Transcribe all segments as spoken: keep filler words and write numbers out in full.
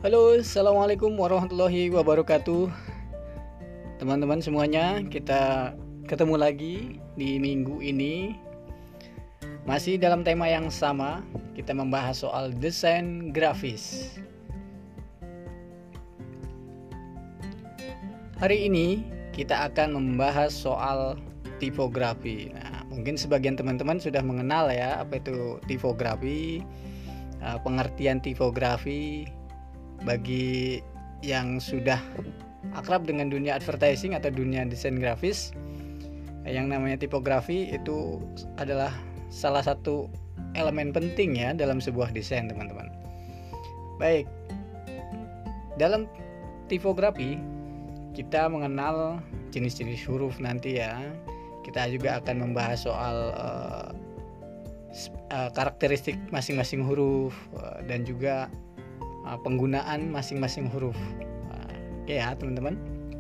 Halo, assalamualaikum warahmatullahi wabarakatuh. Teman-teman semuanya, kita ketemu lagi di minggu ini. Masih dalam tema yang sama, kita membahas soal desain grafis. Hari ini kita akan membahas soal tipografi. Nah, mungkin sebagian teman-teman sudah mengenal ya apa itu tipografi, pengertian tipografi. Bagi yang sudah akrab dengan dunia advertising atau dunia desain grafis, yang namanya tipografi itu adalah salah satu elemen penting ya dalam sebuah desain, teman-teman. Baik, dalam tipografi kita mengenal jenis-jenis huruf nanti ya. Kita juga akan membahas soal uh, uh, karakteristik masing-masing huruf uh, dan juga penggunaan masing-masing huruf. Oke ya teman-teman.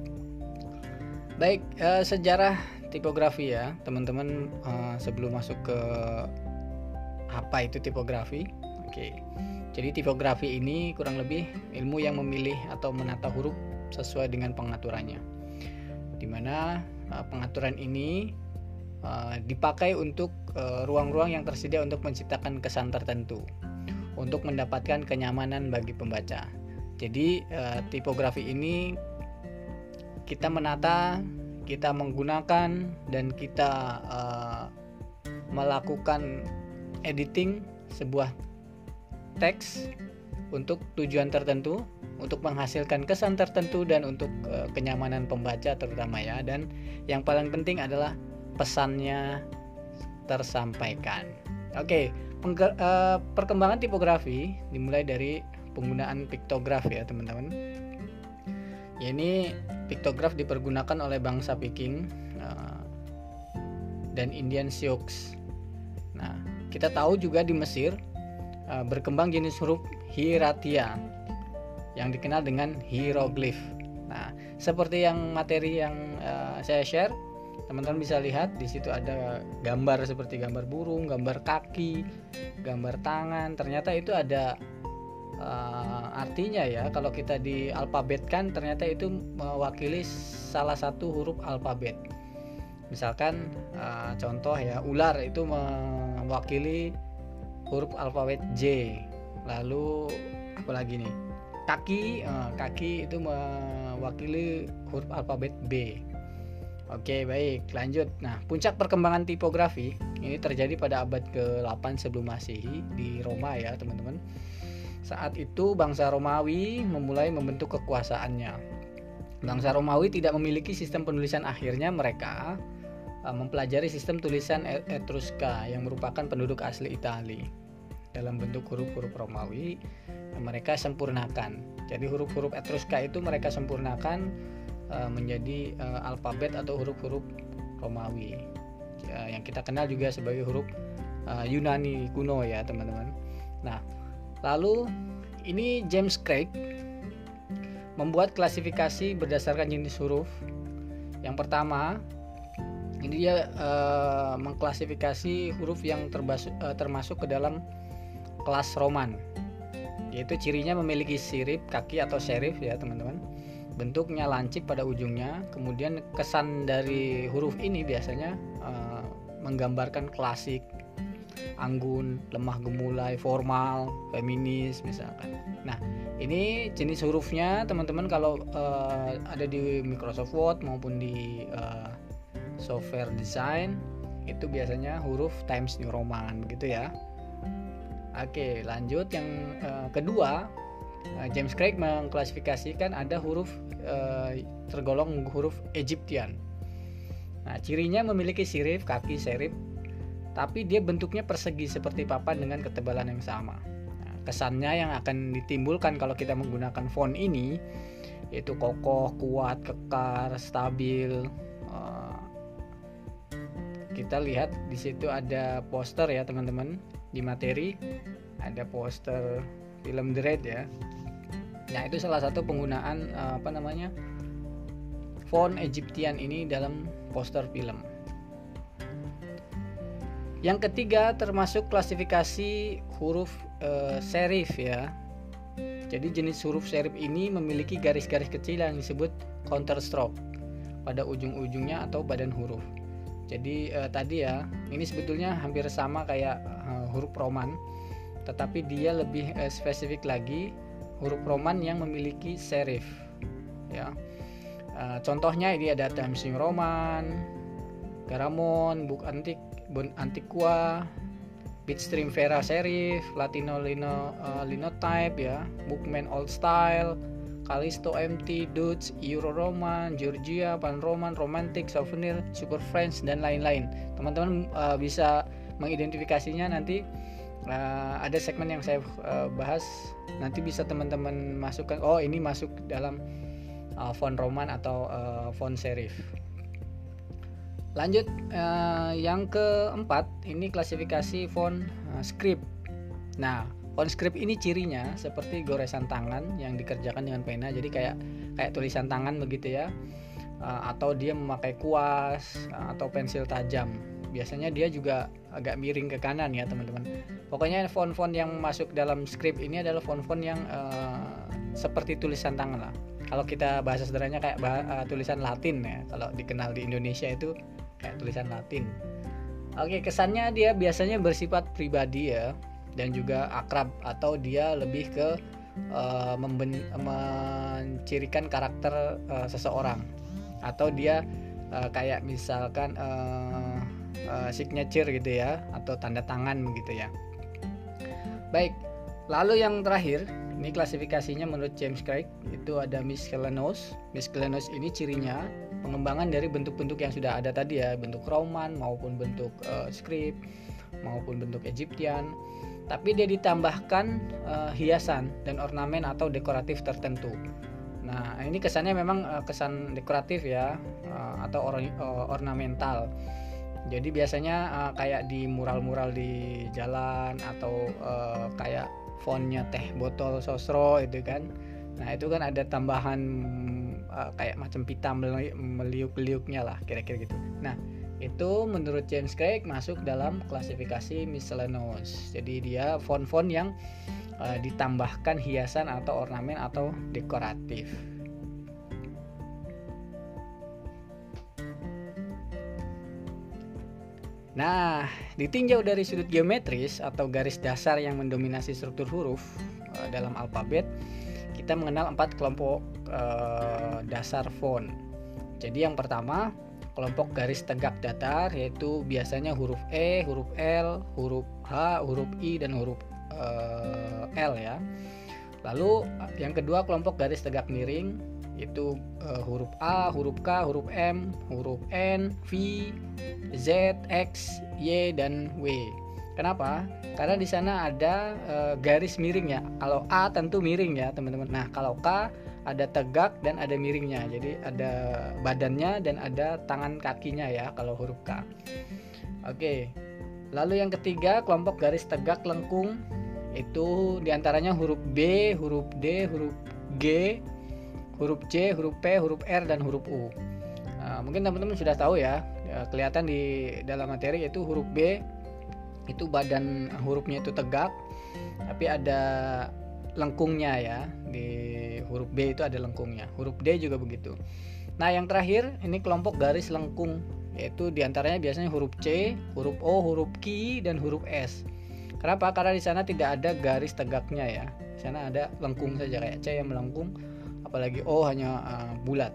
Baik, eh, sejarah tipografi ya teman-teman, eh, sebelum masuk ke apa itu tipografi. Oke, jadi tipografi ini kurang lebih ilmu yang memilih atau menata huruf sesuai dengan pengaturannya, dimana eh, pengaturan ini eh, dipakai untuk eh, ruang-ruang yang tersedia untuk menciptakan kesan tertentu, untuk mendapatkan kenyamanan bagi pembaca. Jadi eh, tipografi ini kita menata, kita menggunakan dan kita eh, melakukan editing sebuah teks untuk tujuan tertentu, untuk menghasilkan kesan tertentu dan untuk eh, kenyamanan pembaca terutama ya. Dan yang paling penting adalah pesannya tersampaikan. Oke, pengge- uh, perkembangan tipografi dimulai dari penggunaan piktograf ya teman-teman. Ya, ini piktograf dipergunakan oleh bangsa Viking uh, dan Indian Sioux. Nah, kita tahu juga di Mesir uh, berkembang jenis huruf hieratia yang dikenal dengan hieroglif. Nah, seperti yang materi yang uh, saya share, teman-teman bisa lihat di situ ada gambar seperti gambar burung, gambar kaki, gambar tangan. Ternyata itu ada uh, artinya ya. Kalau kita di alfabetkan, ternyata itu mewakili salah satu huruf alfabet. Misalkan uh, contoh ya, ular itu mewakili huruf alfabet J. Lalu apa lagi nih? Kaki, uh, kaki itu mewakili huruf alfabet B. Oke, baik, lanjut. Nah, puncak perkembangan tipografi ini terjadi pada abad ke delapan sebelum Masehi di Roma ya, teman-teman. Saat itu bangsa Romawi memulai membentuk kekuasaannya. Bangsa Romawi tidak memiliki sistem penulisan, akhirnya mereka uh, mempelajari sistem tulisan Etruska yang merupakan penduduk asli Italia. Dalam bentuk huruf-huruf Romawi, mereka sempurnakan. Jadi huruf-huruf Etruska itu mereka sempurnakan menjadi uh, alfabet atau huruf-huruf Romawi ya, yang kita kenal juga sebagai huruf uh, Yunani kuno ya teman-teman. Nah, lalu ini James Craig membuat klasifikasi berdasarkan jenis huruf. Yang pertama, ini dia uh, mengklasifikasi huruf yang terbasu, uh, termasuk ke dalam kelas Roman, yaitu cirinya memiliki sirip kaki atau serif ya teman-teman. Bentuknya lancip pada ujungnya. Kemudian kesan dari huruf ini biasanya uh, menggambarkan klasik, anggun, lemah gemulai, formal, feminis misalkan. Nah, ini jenis hurufnya teman-teman kalau uh, ada di Microsoft Word maupun di uh, software design itu biasanya huruf Times New Roman begitu ya. Oke, lanjut yang uh, kedua. James Craig mengklasifikasikan ada huruf e, tergolong huruf Egyptian. Nah, cirinya memiliki sirip, kaki, serif, tapi dia bentuknya persegi seperti papan dengan ketebalan yang sama. Nah, kesannya yang akan ditimbulkan kalau kita menggunakan font ini yaitu kokoh, kuat, kekar, stabil. E, kita lihat di situ ada poster ya teman-teman, di materi ada poster film The Raid ya. Nah, itu salah satu penggunaan apa namanya font Egyptian ini dalam poster film. Yang ketiga termasuk klasifikasi huruf e, serif ya. Jadi jenis huruf serif ini memiliki garis-garis kecil yang disebut counter stroke pada ujung-ujungnya atau badan huruf. Jadi eh, tadi ya, ini sebetulnya hampir sama kayak eh, huruf Roman, tetapi dia lebih eh, spesifik lagi, huruf Roman yang memiliki serif. Ya, eh, contohnya ini ada Times New Roman, Garamond, Book Antique, Bon Antiqua, Bitstream Vera Serif, Latino Lino, uh, Linotype ya, Bookman Old Style, Callisto M T, Dutch, Euro Roman, Georgia, Pan Roman, Romantic, Souvenir, Super French dan lain-lain. Teman-teman uh, bisa mengidentifikasinya nanti. Uh, ada segmen yang saya uh, bahas, nanti bisa teman-teman masukkan. Oh, ini masuk dalam uh, font Roman atau uh, font serif. Lanjut, eh, yang keempat, ini klasifikasi font eh, script. Nah, font script ini cirinya seperti goresan tangan yang dikerjakan dengan pena, jadi kayak kayak tulisan tangan begitu ya, eh, atau dia memakai kuas eh, atau pensil tajam. Biasanya dia juga agak miring ke kanan ya teman-teman. Pokoknya font-font yang masuk dalam script ini adalah font-font yang eh, seperti tulisan tangan lah. Kalau kita bahasa sederhananya kayak bah- uh, tulisan Latin ya, kalau dikenal di Indonesia itu kayak tulisan Latin. Oke, kesannya dia biasanya bersifat pribadi ya, dan juga akrab, atau dia lebih ke uh, memben- mencirikan karakter uh, seseorang, atau dia uh, kayak misalkan uh, uh, signature gitu ya, atau tanda tangan gitu ya. Baik, lalu yang terakhir, ini klasifikasinya menurut James Craig, itu ada miscellaneous. Miscellaneous ini cirinya pengembangan dari bentuk-bentuk yang sudah ada tadi ya, bentuk Roman maupun bentuk uh, script maupun bentuk Egyptian, tapi dia ditambahkan uh, hiasan dan ornamen atau dekoratif tertentu. Nah, ini kesannya memang uh, kesan dekoratif ya, uh, atau or- uh, ornamental. Jadi biasanya uh, kayak di mural-mural di jalan, atau uh, kayak fontnya teh botol sosro itu kan. Nah, itu kan ada tambahan uh, kayak macam pita meliuk-liuknya lah, kira-kira gitu. Nah, itu menurut James Craig masuk dalam klasifikasi miscellaneous. Jadi dia font-font yang uh, ditambahkan hiasan atau ornamen atau dekoratif. Nah, ditinjau dari sudut geometris atau garis dasar yang mendominasi struktur huruf uh, dalam alfabet, kita mengenal empat kelompok uh, dasar font. Jadi yang pertama, kelompok garis tegak datar, yaitu biasanya huruf E, huruf L, huruf H, huruf I, dan huruf uh, L ya. Lalu yang kedua, kelompok garis tegak miring, itu uh, huruf A, huruf K, huruf M, huruf N, V, Z, X, Y, dan W. Kenapa? Karena di sana ada uh, garis miringnya. Kalau A tentu miring ya teman-teman. Nah, kalau K ada tegak dan ada miringnya. Jadi ada badannya dan ada tangan kakinya ya kalau huruf K. Oke. Lalu yang ketiga, kelompok garis tegak lengkung, itu diantaranya huruf B, huruf D, huruf G, huruf C, huruf P, huruf R, dan huruf U. Nah, mungkin teman-teman sudah tahu ya, ya, kelihatan di dalam materi, yaitu huruf B itu badan hurufnya itu tegak, tapi ada lengkungnya ya. Di huruf B itu ada lengkungnya. Huruf D juga begitu. Nah, yang terakhir ini kelompok garis lengkung, yaitu diantaranya biasanya huruf C, huruf O, huruf Q, dan huruf S. Kenapa? Karena di sana tidak ada garis tegaknya ya. Di sana ada lengkung saja, kayak C yang melengkung, apalagi O hanya uh, bulat.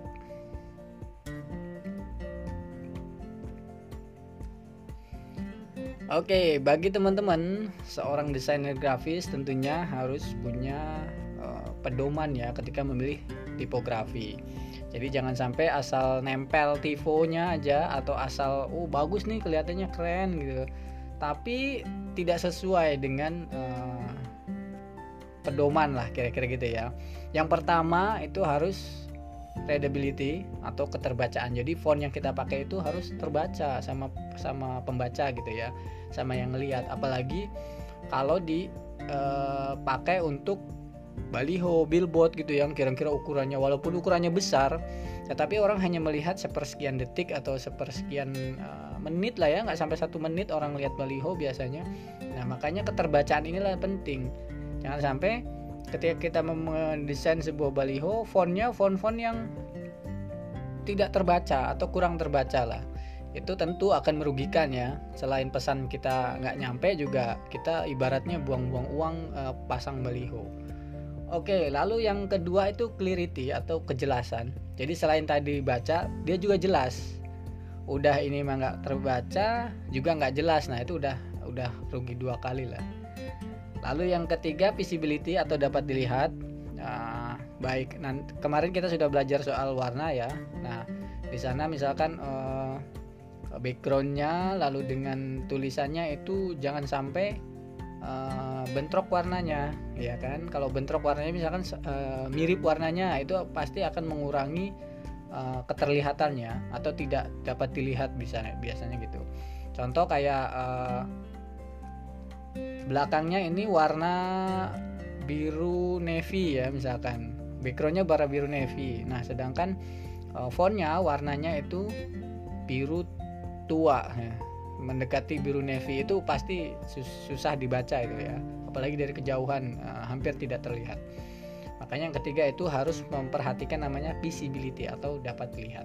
Oke, bagi teman-teman, seorang desainer grafis tentunya harus punya uh, pedoman ya ketika memilih tipografi. Jadi jangan sampai asal nempel tifonya aja, atau asal oh bagus nih kelihatannya keren gitu, tapi tidak sesuai dengan uh, pedoman lah, kira-kira gitu ya. Yang pertama itu harus readability atau keterbacaan. Jadi font yang kita pakai itu harus terbaca sama sama pembaca gitu ya, sama yang ngelihat. Apalagi kalau dipakai uh, untuk baliho, billboard gitu yang kira-kira ukurannya, walaupun ukurannya besar, tetapi orang hanya melihat sepersekian detik atau sepersekian uh, menit lah ya, nggak sampai satu menit orang lihat baliho biasanya. Nah, makanya keterbacaan inilah penting. Jangan sampai ketika kita mendesain sebuah baliho, fontnya font-font yang tidak terbaca atau kurang terbaca lah, itu tentu akan merugikan ya. Selain pesan kita nggak nyampe, juga kita ibaratnya buang-buang uang uh, pasang baliho. Oke, lalu yang kedua itu clarity atau kejelasan. Jadi selain tadi baca, dia juga jelas. Udah ini mah nggak terbaca, juga nggak jelas. Nah itu udah udah rugi dua kali lah. Lalu yang ketiga visibility atau dapat dilihat. Nah, baik, nah, kemarin kita sudah belajar soal warna ya. Nah di sana misalkan uh, backgroundnya lalu dengan tulisannya itu jangan sampai Uh, bentrok warnanya, ya kan? Kalau bentrok warnanya misalkan uh, mirip warnanya, itu pasti akan mengurangi uh, keterlihatannya atau tidak dapat dilihat biasanya, biasanya gitu. Contoh kayak uh, belakangnya ini warna biru navy ya misalkan, backgroundnya warna biru navy. Nah sedangkan uh, fontnya warnanya itu biru tua ya. Mendekati biru navy itu pasti susah dibaca itu ya, apalagi dari kejauhan uh, hampir tidak terlihat. Makanya yang ketiga itu harus memperhatikan namanya visibility atau dapat dilihat.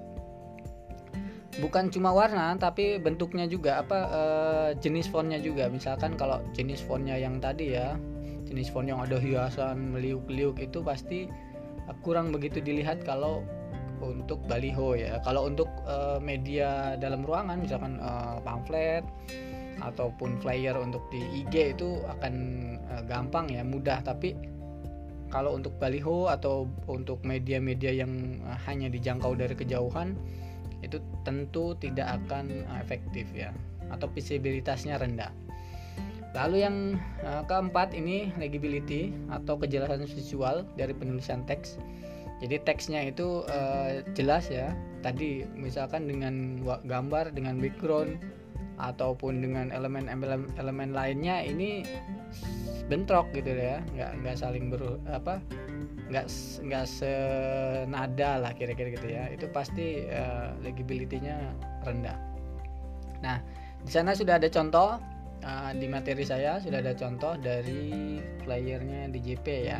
Bukan cuma warna tapi bentuknya juga, apa uh, jenis fontnya juga. Misalkan kalau jenis fontnya yang tadi ya, jenis font yang ada hiasan meliuk-liuk itu pasti uh, kurang begitu dilihat kalau untuk baliho ya. Kalau untuk uh, media dalam ruangan misalkan uh, pamflet ataupun flyer untuk di I G itu akan uh, gampang ya, mudah. Tapi kalau untuk baliho atau untuk media-media yang uh, hanya dijangkau dari kejauhan, itu tentu tidak akan uh, efektif ya, atau visibilitasnya rendah. Lalu yang uh, keempat ini legibility atau kejelasan visual dari penulisan teks. Jadi teksnya itu uh, jelas ya. Tadi misalkan dengan gambar, dengan background ataupun dengan elemen-elemen elemen lainnya ini bentrok gitu ya, nggak nggak saling ber apa nggak nggak senada lah kira-kira gitu ya. Itu pasti uh, legibility-nya rendah. Nah di sana sudah ada contoh uh, di materi saya sudah ada contoh dari flyernya di J P ya.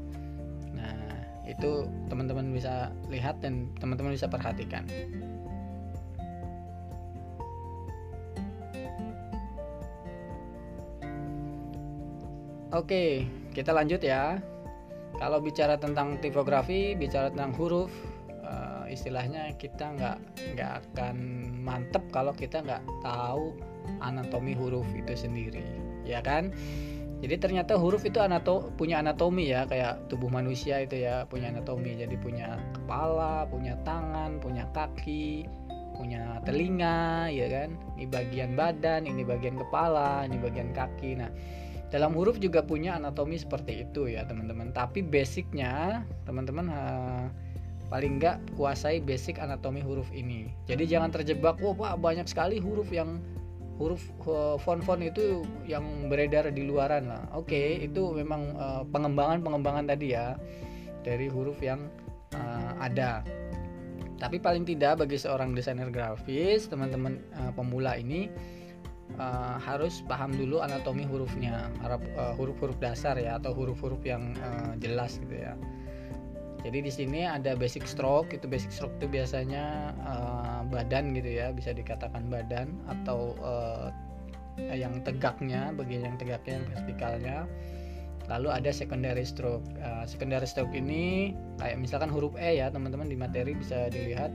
Itu teman-teman bisa lihat dan teman-teman bisa perhatikan. Oke, kita lanjut ya. Kalau bicara tentang tipografi, bicara tentang huruf, uh, istilahnya kita nggak nggak akan mantep kalau kita nggak tahu anatomi huruf itu sendiri, ya kan? Jadi ternyata huruf itu anato, punya anatomi ya, kayak tubuh manusia itu ya punya anatomi. Jadi punya kepala, punya tangan, punya kaki, punya telinga, ya kan? Ini bagian badan, ini bagian kepala, ini bagian kaki. Nah, dalam huruf juga punya anatomi seperti itu ya teman-teman. Tapi basicnya teman-teman ha, paling enggak kuasai basic anatomi huruf ini. Jadi jangan terjebak, wah Pak banyak sekali huruf yang huruf uh, font-font itu yang beredar di luaran lah. Oke, itu memang uh, pengembangan-pengembangan tadi ya dari huruf yang uh, ada. Tapi paling tidak bagi seorang desainer grafis, teman-teman uh, pemula ini uh, harus paham dulu anatomi hurufnya, uh, huruf-huruf dasar ya, atau huruf-huruf yang uh, jelas gitu ya. Jadi di sini ada basic stroke. Itu basic stroke itu biasanya uh, badan gitu ya, bisa dikatakan badan atau uh, yang tegaknya, bagian yang tegaknya, yang vertikalnya. Lalu ada secondary stroke. Uh, secondary stroke ini kayak misalkan huruf E ya, teman-teman di materi bisa dilihat.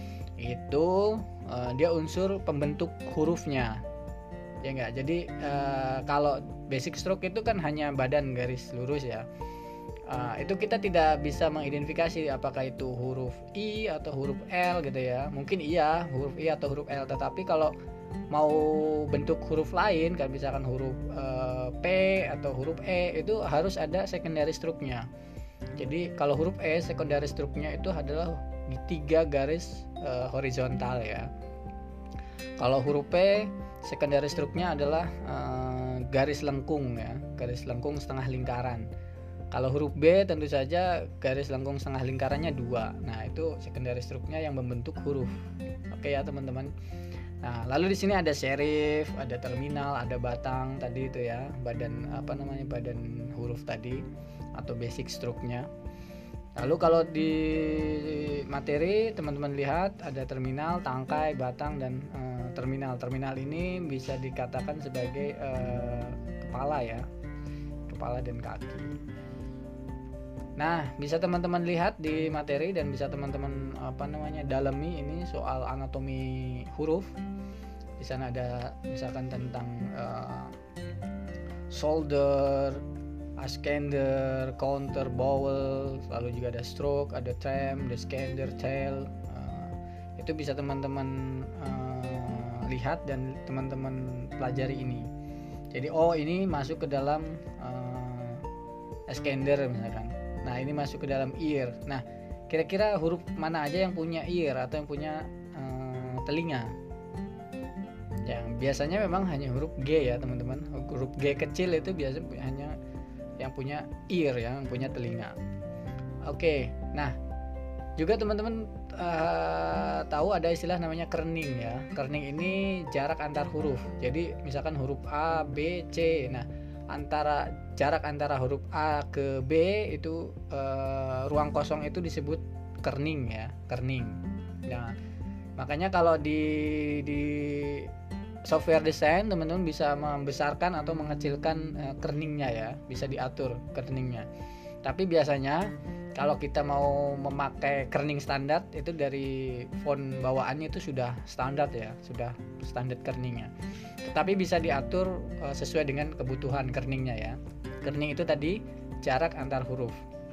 Itu uh, dia unsur pembentuk hurufnya. Ya enggak. Jadi uh, kalau basic stroke itu kan hanya badan garis lurus ya. Uh, itu kita tidak bisa mengidentifikasi apakah itu huruf I atau huruf L gitu ya. Mungkin iya huruf I atau huruf L, tetapi kalau mau bentuk huruf lain kan misalkan huruf uh, P atau huruf E, itu harus ada secondary stroke-nya. Jadi kalau huruf E secondary stroke-nya itu adalah di tiga garis uh, horizontal ya. Kalau huruf P secondary stroke-nya adalah uh, garis lengkung ya, garis lengkung setengah lingkaran. Kalau huruf B tentu saja garis lengkung setengah lingkarannya dua. Nah itu secondary stroke-nya yang membentuk huruf. Oke ya teman-teman. Nah, lalu di sini ada serif, ada terminal, ada batang tadi itu ya, badan apa namanya badan huruf tadi atau basic stroke-nya. Lalu kalau di materi teman-teman lihat ada terminal, tangkai, batang dan uh, terminal. Terminal ini bisa dikatakan sebagai uh, kepala ya, kepala dan kaki. Nah, bisa teman-teman lihat di materi dan bisa teman-teman apa namanya dalami ini soal anatomi huruf. Di sana ada misalkan tentang uh, shoulder, ascender, counter, vowel, lalu juga ada stroke, ada tram, descender, tail. Uh, itu bisa teman-teman uh, lihat dan teman-teman pelajari ini. Jadi oh ini masuk ke dalam uh, ascender misalkan. Nah ini masuk ke dalam ear. Nah kira-kira huruf mana aja yang punya ear atau yang punya uh, telinga? Yang biasanya memang hanya huruf G ya teman-teman. Huruf G kecil itu biasa hanya yang punya ear, yang punya telinga. Oke, nah juga teman-teman uh, tahu ada istilah namanya kerning ya. Kerning ini jarak antar huruf. Jadi misalkan huruf A, B, C. Nah antara jarak antara huruf A ke B itu uh, ruang kosong itu disebut kerning ya, kerning. Nah makanya kalau di di software desain teman-teman bisa membesarkan atau mengecilkan uh, kerningnya ya, bisa diatur kerningnya. Tapi biasanya kalau kita mau memakai kerning standar itu dari font bawaannya itu sudah standar ya, sudah standar kerningnya. Tetapi bisa diatur uh, sesuai dengan kebutuhan kerningnya ya. Kerning itu tadi jarak antar huruf.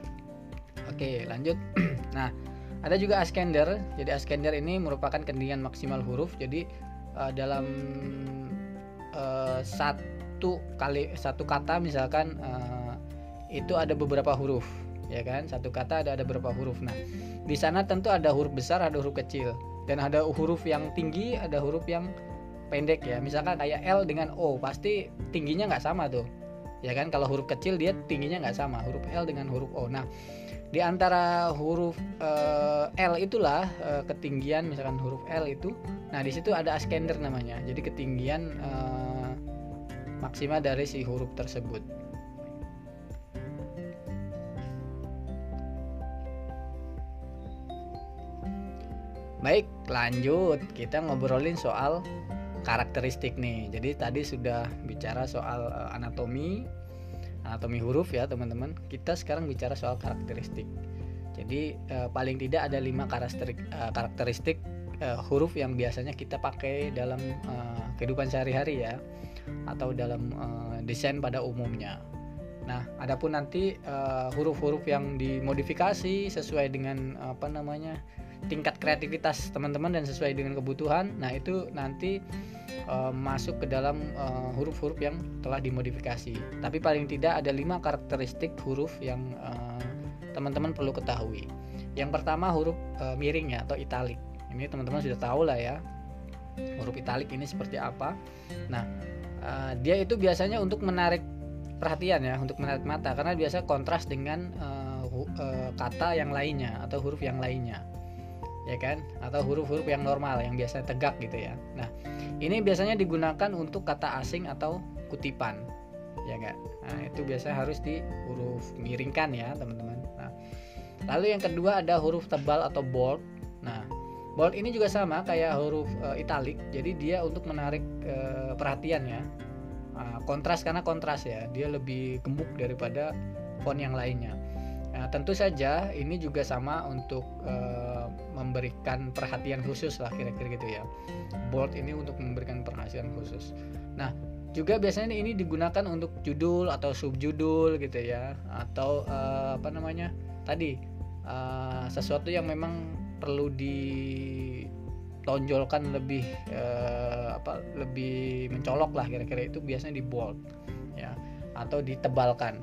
Oke, lanjut. Nah, ada juga ascender. Jadi ascender ini merupakan ketinggian maksimal huruf. Jadi uh, dalam uh, satu kali satu kata misalkan uh, itu ada beberapa huruf, ya kan? Satu kata ada ada beberapa huruf. Nah, di sana tentu ada huruf besar, ada huruf kecil, dan ada huruf yang tinggi, ada huruf yang pendek ya. Misalkan kayak L dengan O, pasti tingginya nggak sama tuh, ya kan? Kalau huruf kecil dia tingginya nggak sama, huruf L dengan huruf O. Nah, di antara huruf uh, L itulah uh, ketinggian, misalkan huruf L itu, nah di situ ada ascender namanya. Jadi ketinggian uh, maksimal dari si huruf tersebut. Baik, lanjut kita ngobrolin soal karakteristik nih. Jadi tadi sudah bicara soal uh, anatomi, anatomi huruf ya teman-teman. Kita sekarang bicara soal karakteristik. Jadi uh, paling tidak ada lima karakteristik, uh, karakteristik uh, huruf yang biasanya kita pakai dalam uh, kehidupan sehari-hari ya, atau dalam uh, desain pada umumnya. Nah, adapun nanti uh, huruf-huruf yang dimodifikasi sesuai dengan apa namanya tingkat kreativitas teman-teman dan sesuai dengan kebutuhan. Nah, itu nanti uh, masuk ke dalam uh, huruf-huruf yang telah dimodifikasi. Tapi paling tidak ada lima karakteristik huruf yang uh, teman-teman perlu ketahui. Yang pertama huruf uh, miring ya atau italik. Ini teman-teman sudah tahu lah ya. Huruf italik ini seperti apa. Nah, uh, dia itu biasanya untuk menarik perhatian ya, untuk menarik mata, karena biasa kontras dengan uh, hu, uh, kata yang lainnya atau huruf yang lainnya, ya kan, atau huruf-huruf yang normal yang biasa tegak gitu ya. Nah ini biasanya digunakan untuk kata asing atau kutipan, ya enggak. Nah itu biasanya harus di huruf miringkan ya teman-teman. Nah lalu yang kedua ada huruf tebal atau bold. Nah bold ini juga sama kayak huruf uh, italik, jadi dia untuk menarik uh, perhatian ya. Uh, kontras karena kontras ya, dia lebih gemuk daripada font yang lainnya. Nah, tentu saja ini juga sama untuk uh, memberikan perhatian khusus lah kira-kira gitu ya. Bold ini untuk memberikan perhatian khusus. Nah juga biasanya ini digunakan untuk judul atau subjudul gitu ya, atau uh, apa namanya tadi uh, sesuatu yang memang perlu ditonjolkan lebih uh, apa lebih mencolok lah kira-kira, itu biasanya di bold ya atau ditebalkan.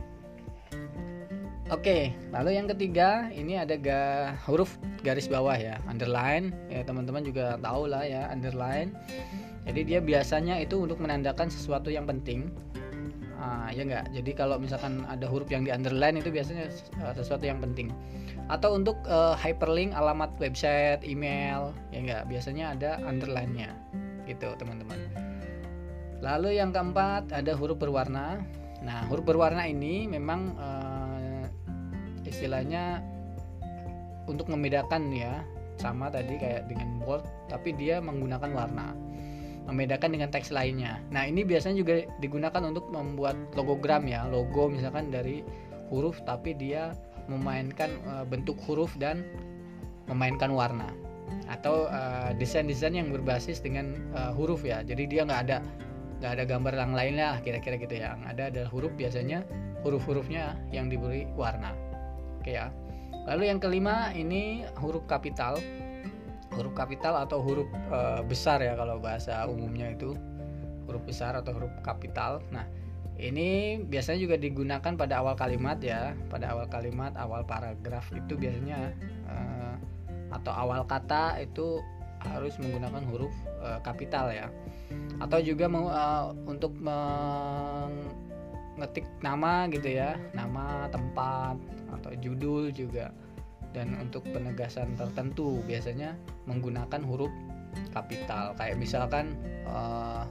Oke, lalu yang ketiga ini ada ga, huruf garis bawah ya, underline ya, teman-teman juga tahu lah ya underline. Jadi dia biasanya itu untuk menandakan sesuatu yang penting, ah, ya enggak. Jadi kalau misalkan ada huruf yang di underline itu biasanya uh, sesuatu yang penting. Atau untuk uh, hyperlink alamat website, email, ya enggak, biasanya ada underline-nya. gitu teman-teman. Lalu yang keempat ada huruf berwarna. Nah, huruf berwarna ini memang uh, istilahnya untuk membedakan ya, sama tadi kayak dengan bold, tapi dia menggunakan warna, membedakan dengan teks lainnya. Nah, ini biasanya juga digunakan untuk membuat logogram ya, logo misalkan dari huruf tapi dia memainkan uh, bentuk huruf dan memainkan warna, atau uh, desain-desain yang berbasis dengan uh, huruf ya. Jadi dia nggak ada nggak ada gambar yang lain lah kira-kira gitu ya. Yang ada adalah huruf, biasanya huruf-hurufnya yang diberi warna. Oke ya. Lalu yang kelima ini huruf kapital. Huruf kapital atau huruf uh, besar ya kalau bahasa umumnya itu huruf besar atau huruf kapital. Nah, ini biasanya juga digunakan pada awal kalimat ya, pada awal kalimat, awal paragraf itu biasanya uh, atau awal kata itu harus menggunakan huruf uh, kapital ya. Atau juga uh, untuk mengetik nama gitu ya, nama tempat atau judul juga. Dan untuk penegasan tertentu biasanya menggunakan huruf kapital. Kayak misalkan uh,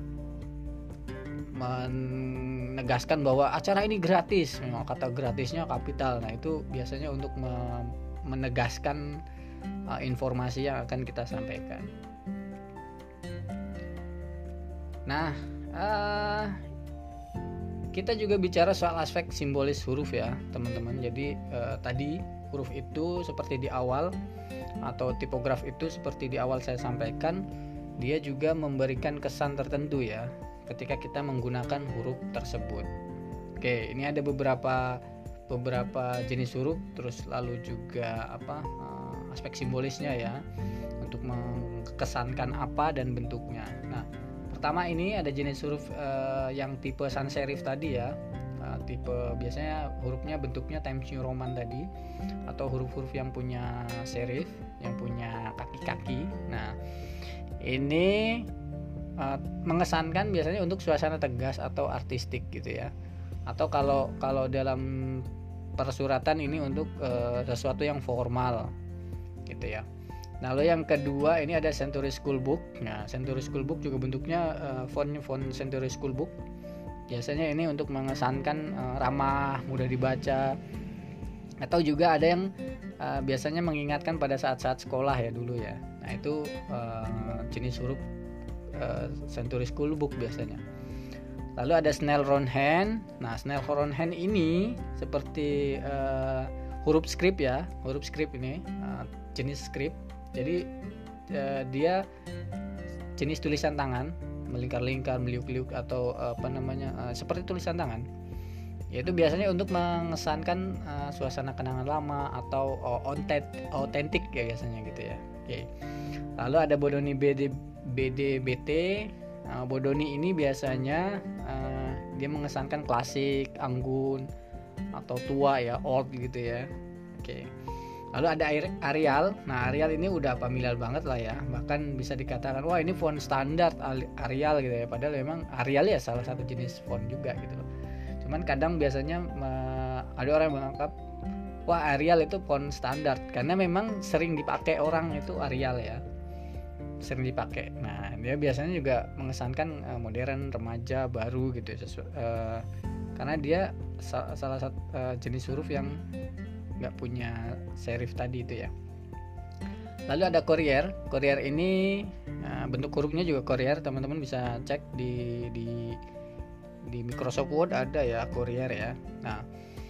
menegaskan bahwa acara ini gratis, memang kata gratisnya kapital. Nah, itu biasanya untuk menegaskan uh, informasi yang akan kita sampaikan. Nah, uh, kita juga bicara soal aspek simbolis huruf ya teman-teman. Jadi uh, tadi huruf itu seperti di awal, atau tipograf itu seperti di awal saya sampaikan, dia juga memberikan kesan tertentu ya ketika kita menggunakan huruf tersebut. Oke, ini ada beberapa beberapa jenis huruf, terus lalu juga apa uh, aspek simbolisnya ya, untuk mengesankan apa dan bentuknya. Nah, pertama ini ada jenis huruf uh, yang tipe sans serif tadi ya. Uh, tipe biasanya hurufnya bentuknya Times New Roman tadi, atau huruf-huruf yang punya serif, yang punya kaki-kaki. Nah, ini uh, mengesankan biasanya untuk suasana tegas atau artistik gitu ya. Atau kalau kalau dalam persuratan ini untuk uh, sesuatu yang formal gitu ya. Lalu yang kedua ini ada Century School Book. Nah, Century School Book juga bentuknya uh, font font Century School Book. Biasanya ini untuk mengesankan uh, ramah, mudah dibaca. Atau juga ada yang uh, biasanya mengingatkan pada saat-saat sekolah ya dulu ya. Nah, itu uh, jenis huruf uh, Century School Book biasanya. Lalu ada Snell Roundhand. Nah, Snell Roundhand ini seperti uh, huruf script ya, huruf script ini uh, jenis script. Jadi uh, dia jenis tulisan tangan, melingkar-lingkar, meliuk-liuk, atau uh, apa namanya uh, seperti tulisan tangan. Yaitu biasanya untuk mengesankan uh, suasana kenangan lama atau uh, otentik ya biasanya gitu ya. Oke. Lalu ada Bodoni B D B D B T. Nah, Bodoni ini biasanya uh, dia mengesankan klasik, anggun, atau tua ya, old gitu ya. Oke. Lalu ada Arial. Nah, Arial ini udah familiar banget lah ya. Bahkan bisa dikatakan wah ini font standar Arial gitu ya. Padahal memang Arial ya salah satu jenis font juga gitu loh. Cuman kadang biasanya me- ada orang yang menganggap wah Arial itu font standar karena memang sering dipakai orang itu Arial ya. Sering dipakai. Nah, dia biasanya juga mengesankan uh, modern, remaja, baru gitu sesu- uh, karena dia sa- salah satu uh, jenis huruf yang nggak punya serif tadi itu ya. Lalu ada Courier. Courier ini uh, bentuk hurufnya juga Courier, teman-teman bisa cek di di di Microsoft Word ada ya Courier ya. Nah,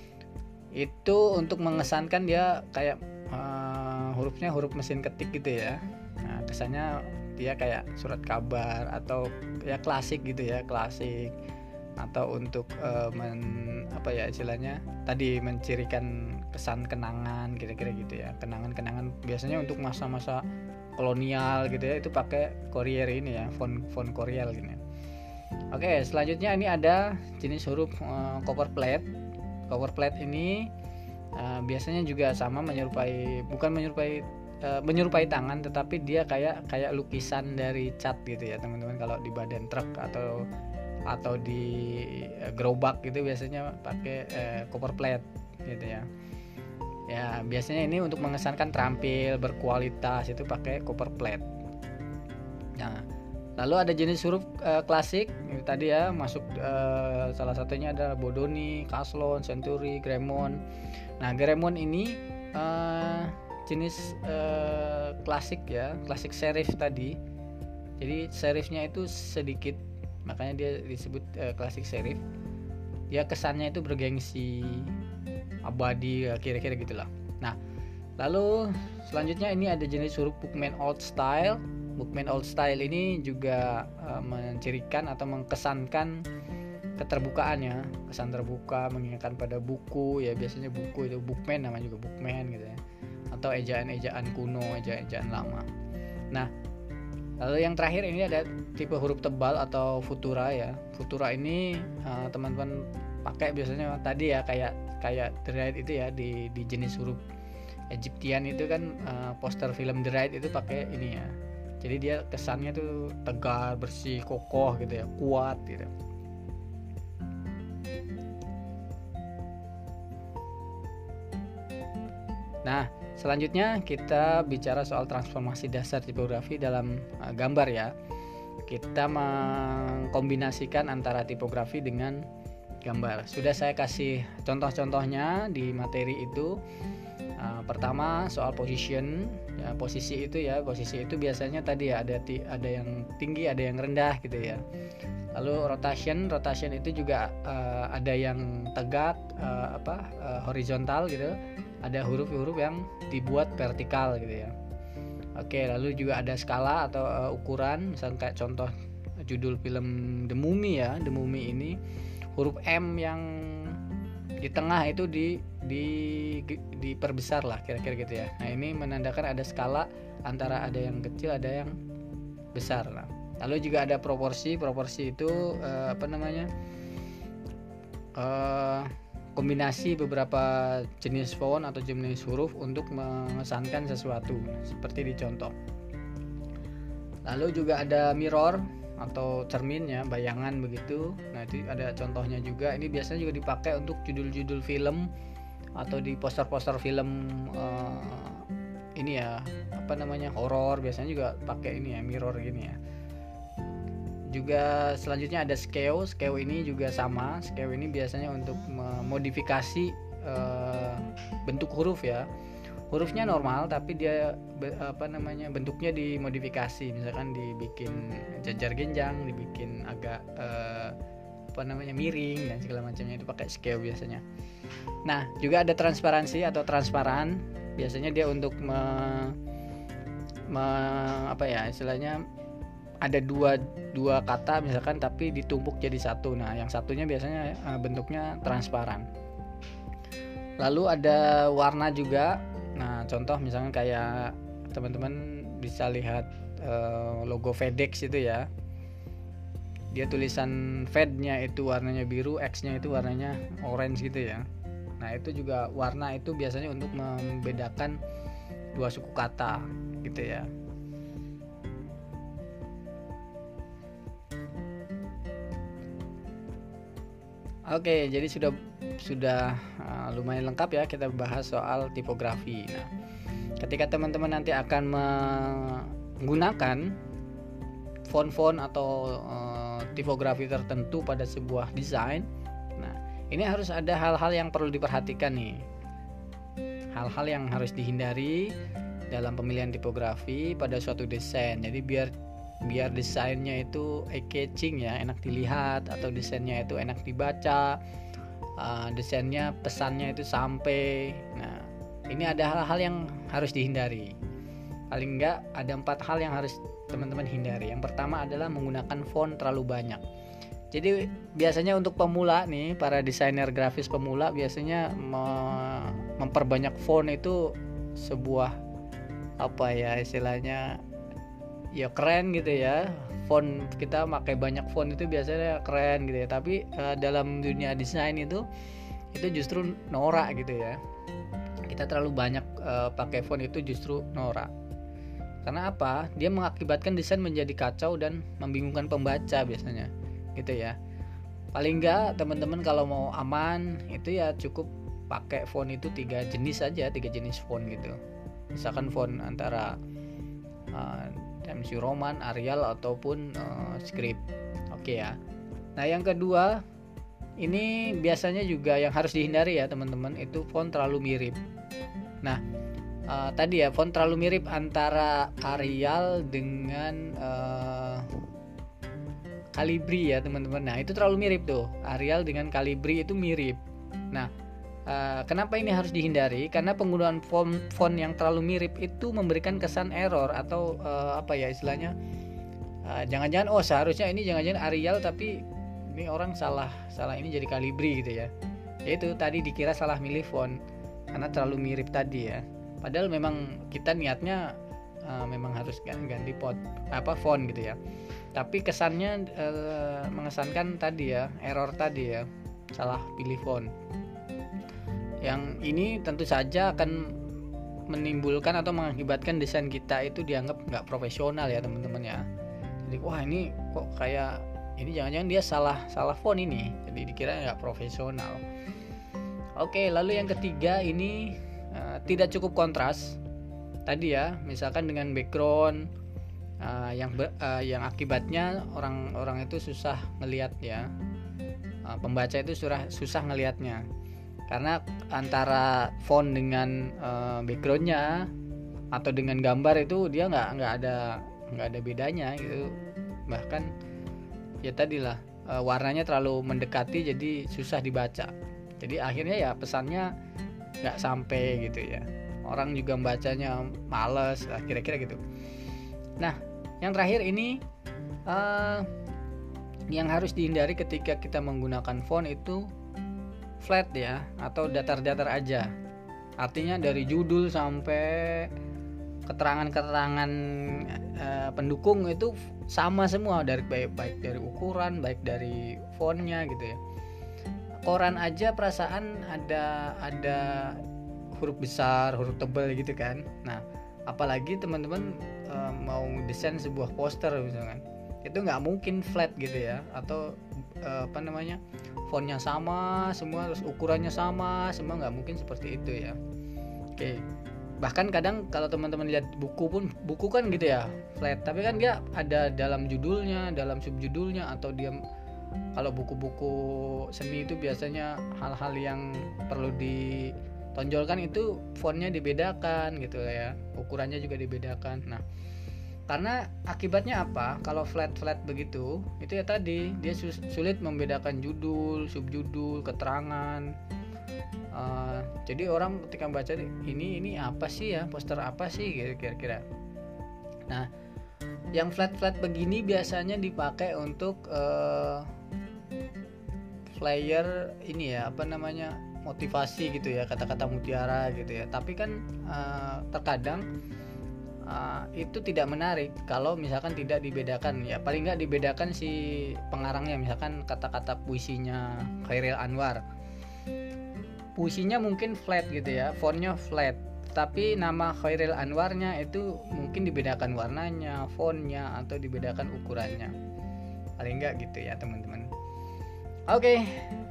itu untuk mengesankan dia kayak uh, hurufnya huruf mesin ketik gitu ya. Nah, kesannya dia kayak surat kabar atau ya klasik gitu ya, klasik. Atau untuk uh, men, apa ya istilahnya tadi mencirikan kesan kenangan kira-kira gitu ya, kenangan-kenangan biasanya untuk masa-masa kolonial gitu ya, itu pakai Courier ini ya, font font Courier gini. Oke, selanjutnya ini ada jenis huruf uh, copperplate. Copperplate ini uh, biasanya juga sama menyerupai, bukan menyerupai uh, menyerupai tangan, tetapi dia kayak kayak lukisan dari cat gitu ya teman-teman. Kalau di badan truk atau atau di uh, gerobak gitu biasanya pakai uh, copperplate gitu ya. Ya, biasanya ini untuk mengesankan terampil, berkualitas, itu pakai copperplate. Nah, Lalu ada jenis huruf uh, klasik ini tadi ya, masuk uh, salah satunya ada Bodoni, Caslon, Century, Gremon. Nah, Gremon ini uh, jenis uh, klasik ya, klasik serif tadi. Jadi serifnya itu sedikit, makanya dia disebut uh, klasik serif. Dia kesannya itu bergengsi, abadi, kira-kira gitulah. Nah, lalu selanjutnya ini ada jenis huruf Bookman Old Style. Bookman Old Style ini juga uh, mencirikan atau mengkesankan keterbukaannya, kesan terbuka, mengingatkan pada buku ya, biasanya buku itu Bookman, namanya juga Bookman gitu ya, atau ejaan-ejaan kuno, ejaan-ejaan lama. Nah, lalu yang terakhir ini ada tipe huruf tebal atau Futura ya. Futura ini uh, teman-teman pakai biasanya tadi ya, kayak kayak The Raid itu ya, di di jenis huruf Egyptian itu kan uh, poster film The Raid itu pakai ini ya. Jadi dia kesannya tuh tegar, bersih, kokoh gitu ya, kuat gitu. Nah, selanjutnya kita bicara soal transformasi dasar tipografi dalam uh, gambar ya. Kita mengkombinasikan antara tipografi dengan gambar. Sudah saya kasih contoh-contohnya di materi itu. Uh, pertama soal position ya, posisi itu ya, posisi itu biasanya tadi ya ada ti- ada yang tinggi, ada yang rendah gitu ya. Lalu rotation, rotation itu juga uh, ada yang tegak, uh, apa uh, horizontal gitu. Ada huruf-huruf yang dibuat vertikal gitu ya. Oke, lalu juga ada skala atau uh, ukuran, misalnya kayak contoh judul film The Mummy ya, The Mummy ini huruf M yang di tengah itu di di diperbesar lah kira-kira gitu ya. Nah, ini menandakan ada skala antara ada yang kecil, ada yang besar. Nah, lalu juga ada proporsi. Proporsi itu uh, apa namanya? Uh, kombinasi beberapa jenis font atau jenis huruf untuk mengesankan sesuatu, seperti di contoh. Lalu juga ada mirror atau cermin ya, bayangan begitu. Nah, itu ada contohnya juga. Ini biasanya juga dipakai untuk judul-judul film atau di poster-poster film uh, ini ya, apa namanya, horor, biasanya juga pakai ini ya, mirror gini ya. Juga selanjutnya ada scale. Scale ini juga sama. Scale ini biasanya untuk memodifikasi uh, bentuk huruf ya. Hurufnya normal tapi dia be, apa namanya bentuknya dimodifikasi. Misalkan dibikin jajar genjang, dibikin agak uh, apa namanya miring dan segala macamnya, itu pakai scale biasanya. Nah, juga ada transparansi atau transparan. Biasanya dia untuk me, me, apa ya istilahnya, ada dua dua kata misalkan tapi ditumpuk jadi satu. Nah, yang satunya biasanya uh, bentuknya transparan. Lalu ada warna juga. Nah, contoh misalnya kayak teman-teman bisa lihat uh, logo FedEx itu ya. Dia tulisan Fed-nya itu warnanya biru, X-nya itu warnanya orange gitu ya. Nah, itu juga warna itu biasanya untuk membedakan dua suku kata gitu ya. Oke, jadi sudah sudah uh, lumayan lengkap ya kita bahas soal tipografi. Nah, ketika teman-teman nanti akan menggunakan font-font atau uh, tipografi tertentu pada sebuah desain, nah ini harus ada hal-hal yang perlu diperhatikan nih. Hal-hal yang harus dihindari dalam pemilihan tipografi pada suatu desain. Jadi biar biar desainnya itu eye-catching ya, enak dilihat, atau desainnya itu enak dibaca, uh, desainnya pesannya itu sampai. Nah, ini ada hal-hal yang harus dihindari. Paling enggak ada empat hal yang harus teman-teman hindari. Yang pertama adalah menggunakan font terlalu banyak. Jadi biasanya untuk pemula nih, para desainer grafis pemula biasanya me- memperbanyak font itu sebuah apa ya istilahnya, ya keren gitu ya. Font kita pakai banyak font itu biasanya keren gitu ya. Tapi uh, dalam dunia desain itu itu justru norak gitu ya. Kita terlalu banyak uh, pakai font itu justru norak. Karena apa? Dia mengakibatkan desain menjadi kacau dan membingungkan pembaca biasanya gitu ya. Paling enggak teman-teman kalau mau aman itu ya cukup pakai font itu tiga jenis aja, tiga jenis font gitu. Misalkan font antara uh, Times New Roman, Arial ataupun uh, script. Oke ya. Nah, yang kedua ini biasanya juga yang harus dihindari ya teman-teman, itu font terlalu mirip. Nah, uh, tadi ya font terlalu mirip antara Arial dengan uh, Calibri ya teman-teman. Nah, itu terlalu mirip tuh. Arial dengan Calibri itu mirip. Nah, uh, kenapa ini harus dihindari? Karena penggunaan font font yang terlalu mirip itu memberikan kesan error atau uh, apa ya istilahnya? Uh, jangan-jangan oh seharusnya ini jangan-jangan Arial tapi ini orang salah salah ini jadi Calibri gitu ya. Yaitu tadi dikira salah milih font karena terlalu mirip tadi ya. Padahal memang kita niatnya uh, memang harus ganti pot apa font gitu ya. Tapi kesannya uh, mengesankan tadi ya, error tadi ya, salah pilih font. Yang ini tentu saja akan menimbulkan atau mengakibatkan desain kita itu dianggap nggak profesional ya teman-teman ya. Jadi wah ini kok kayak ini jangan-jangan dia salah salah font ini, jadi dikira nggak profesional. Oke, lalu yang ketiga ini uh, tidak cukup kontras. Tadi ya, misalkan dengan background uh, yang ber, uh, yang akibatnya orang-orang itu susah ngelihat ya, uh, pembaca itu susah susah ngelihatnya karena antara font dengan uh, backgroundnya atau dengan gambar itu dia nggak nggak ada nggak ada bedanya gitu, bahkan ya tadilah e, warnanya terlalu mendekati jadi susah dibaca. Jadi akhirnya ya pesannya nggak sampai gitu ya. Orang juga membacanya males lah kira-kira gitu. Nah, yang terakhir ini e, yang harus dihindari ketika kita menggunakan font itu flat ya atau datar-datar aja. Artinya dari judul sampai keterangan-keterangan e, pendukung itu sama semua, dari baik baik dari ukuran, baik dari fontnya gitu ya. Koran aja perasaan ada ada huruf besar, huruf tebal gitu kan. Nah, apalagi teman-teman e, mau desain sebuah poster misalkan, itu nggak mungkin flat gitu ya, atau e, apa namanya fontnya sama semua, terus ukurannya sama semua, nggak mungkin seperti itu ya. Oke. Bahkan kadang kalau teman-teman lihat buku pun, buku kan gitu ya flat, tapi kan dia ada dalam judulnya, dalam subjudulnya, atau dia kalau buku-buku seni itu biasanya hal-hal yang perlu ditonjolkan itu fontnya dibedakan gitu ya, ukurannya juga dibedakan. Nah, karena akibatnya apa? Kalau flat-flat begitu, itu ya tadi dia sulit membedakan judul, subjudul, keterangan. Uh, jadi orang ketika baca ini ini apa sih ya, poster apa sih gitu kira-kira. Nah, yang flat-flat begini biasanya dipakai untuk uh, flyer ini ya, apa namanya, motivasi gitu ya, kata-kata mutiara gitu ya. Tapi kan uh, terkadang uh, itu tidak menarik kalau misalkan tidak dibedakan ya. Paling nggak dibedakan si pengarangnya, misalkan kata-kata puisinya Chairil Anwar. Puisinya mungkin flat gitu ya, fontnya flat, tapi nama Chairil Anwarnya itu mungkin dibedakan warnanya, fontnya, atau dibedakan ukurannya. Paling enggak gitu ya teman-teman. Oke,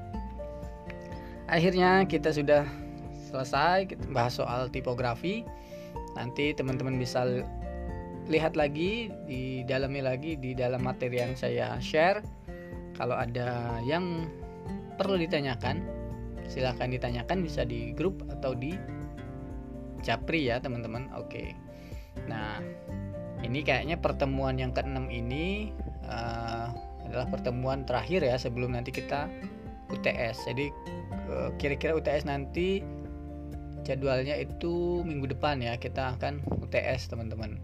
akhirnya kita sudah selesai kita bahas soal tipografi. Nanti teman-teman bisa lihat lagi di dalamnya lagi di dalam materi yang saya share. Kalau ada yang perlu ditanyakan, silahkan ditanyakan, bisa di grup atau di Japri ya teman-teman. Oke. Nah, ini kayaknya pertemuan yang keenam ini uh, adalah pertemuan terakhir ya sebelum nanti kita U T S. Jadi uh, kira-kira U T S nanti jadwalnya itu minggu depan ya, kita akan U T S teman-teman.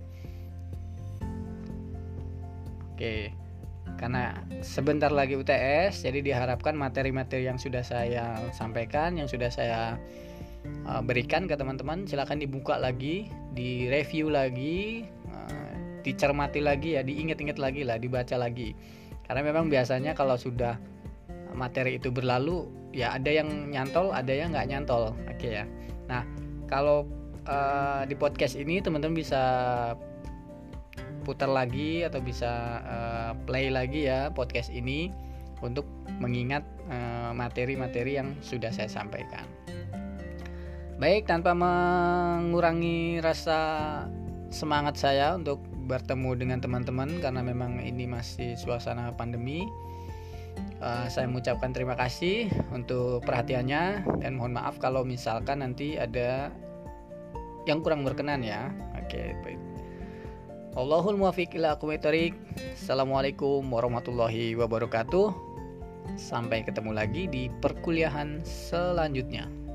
Oke. Karena sebentar lagi U T S, jadi diharapkan materi-materi yang sudah saya sampaikan, yang sudah saya uh, berikan ke teman-teman, silakan dibuka lagi, direview lagi, uh, dicermati lagi ya, diingat-ingat lagi lah, dibaca lagi. Karena memang biasanya kalau sudah materi itu berlalu, ya ada yang nyantol, ada yang nggak nyantol. Oke ya. Nah, kalau uh, di podcast ini teman-teman bisa putar lagi atau bisa uh, play lagi ya podcast ini untuk mengingat uh, materi-materi yang sudah saya sampaikan. Baik, tanpa mengurangi rasa semangat saya untuk bertemu dengan teman-teman karena memang ini masih suasana pandemi. Uh, saya mengucapkan terima kasih untuk perhatiannya dan mohon maaf kalau misalkan nanti ada yang kurang berkenan ya. Oke, baik. Allahul muwaffiq ila aqwamit thoriq. Assalamualaikum warahmatullahi wabarakatuh. Sampai ketemu lagi di perkuliahan selanjutnya.